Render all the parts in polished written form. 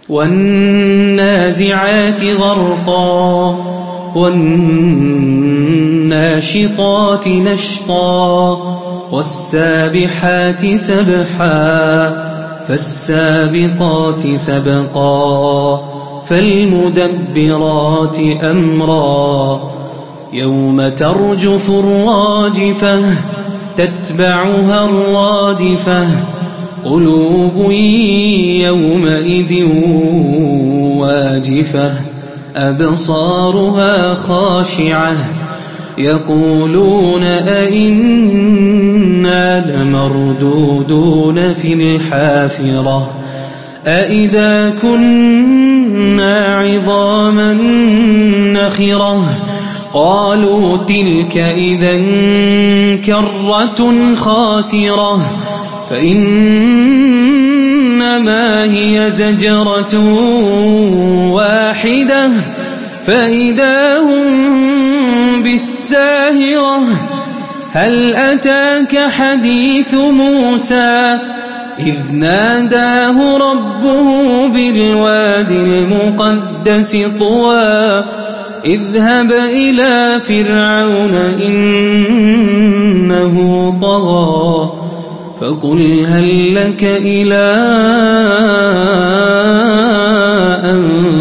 والنازعات غرقا والناشطات نشطا والسابحات سبحا فالسابقات سبقا فالمدبرات أمرا يوم ترجف الراجفة تتبعها الرادفة قلوب يومئذ واجفة أبصارها خاشعة يقولون أئنا لمردودون في الحافرة أئذا كنا عظاما نخرة قالوا تلك إذا كرة خاسرة فإنما هي زجرة واحدة فإذا هم بالساهرة هل أتاك حديث موسى إذ ناداه ربه بالواد المقدس طوى اذهب إلى فرعون إنه طغى فقل هل لك إلى أن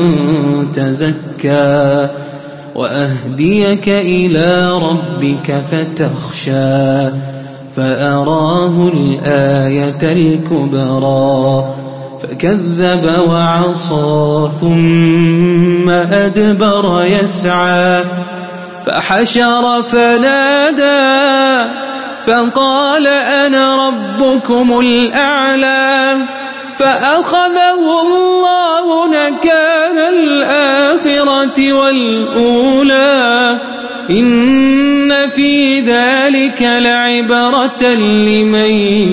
تزكى وأهديك إلى ربك فتخشى فأراه الآية الكبرى فكذب وعصى ثم أدبر يسعى فحشر فنادى فقال أنا ربكم الأعلى فأخذه الله نكال الآخرة والأولى إن في ذلك لعبرة لمن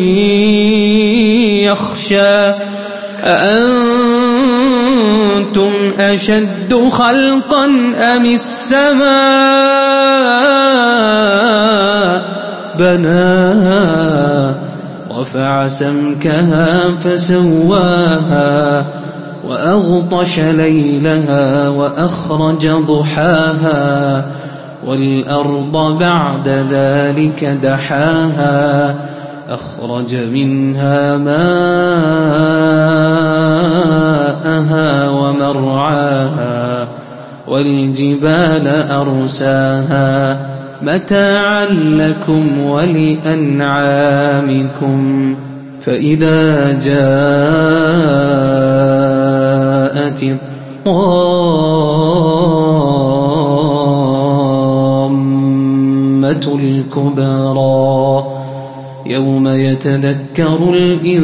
يخشى أأنتم أشد خلقا أم السماء بناها رفع سمكها فسواها وأغطش ليلها وأخرج ضحاها والأرض بعد ذلك دحاها أخرج منها ماءها ومرعاها والجبال أرساها متاعا لكم ولأنعامكم فإذا جاءت الطامة الكبرى يوم يتذكر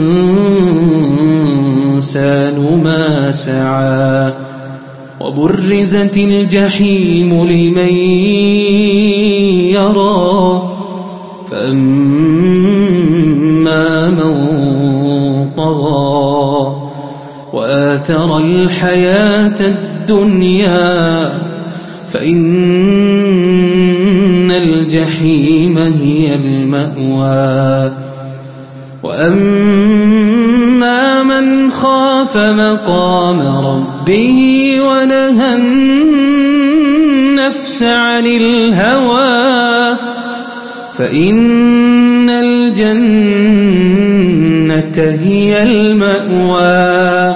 الإنسان ما سعى وبرزت الجحيم لمن يرى فأما من طغى وآثر الحياة الدنيا فإن الجحيم هي المأوى وأما من خاف مقام ربه ونهى النفس عن الهوى فإن الجنة هي المأوى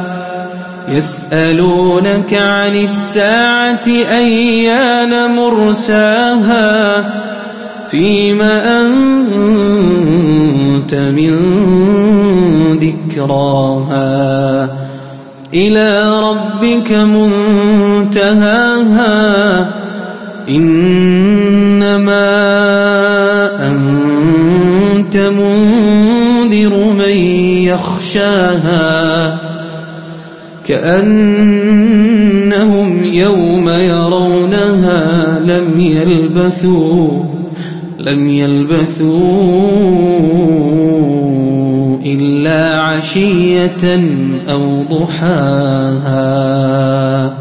يسألونك عن الساعة أيان مرساها فيما أنت من ذكراها إلى ربك منتهاها إنما أنت منذر من يخشاها كأنهم يوم يرونها لم يلبثوا إلا عشية أو ضحاها.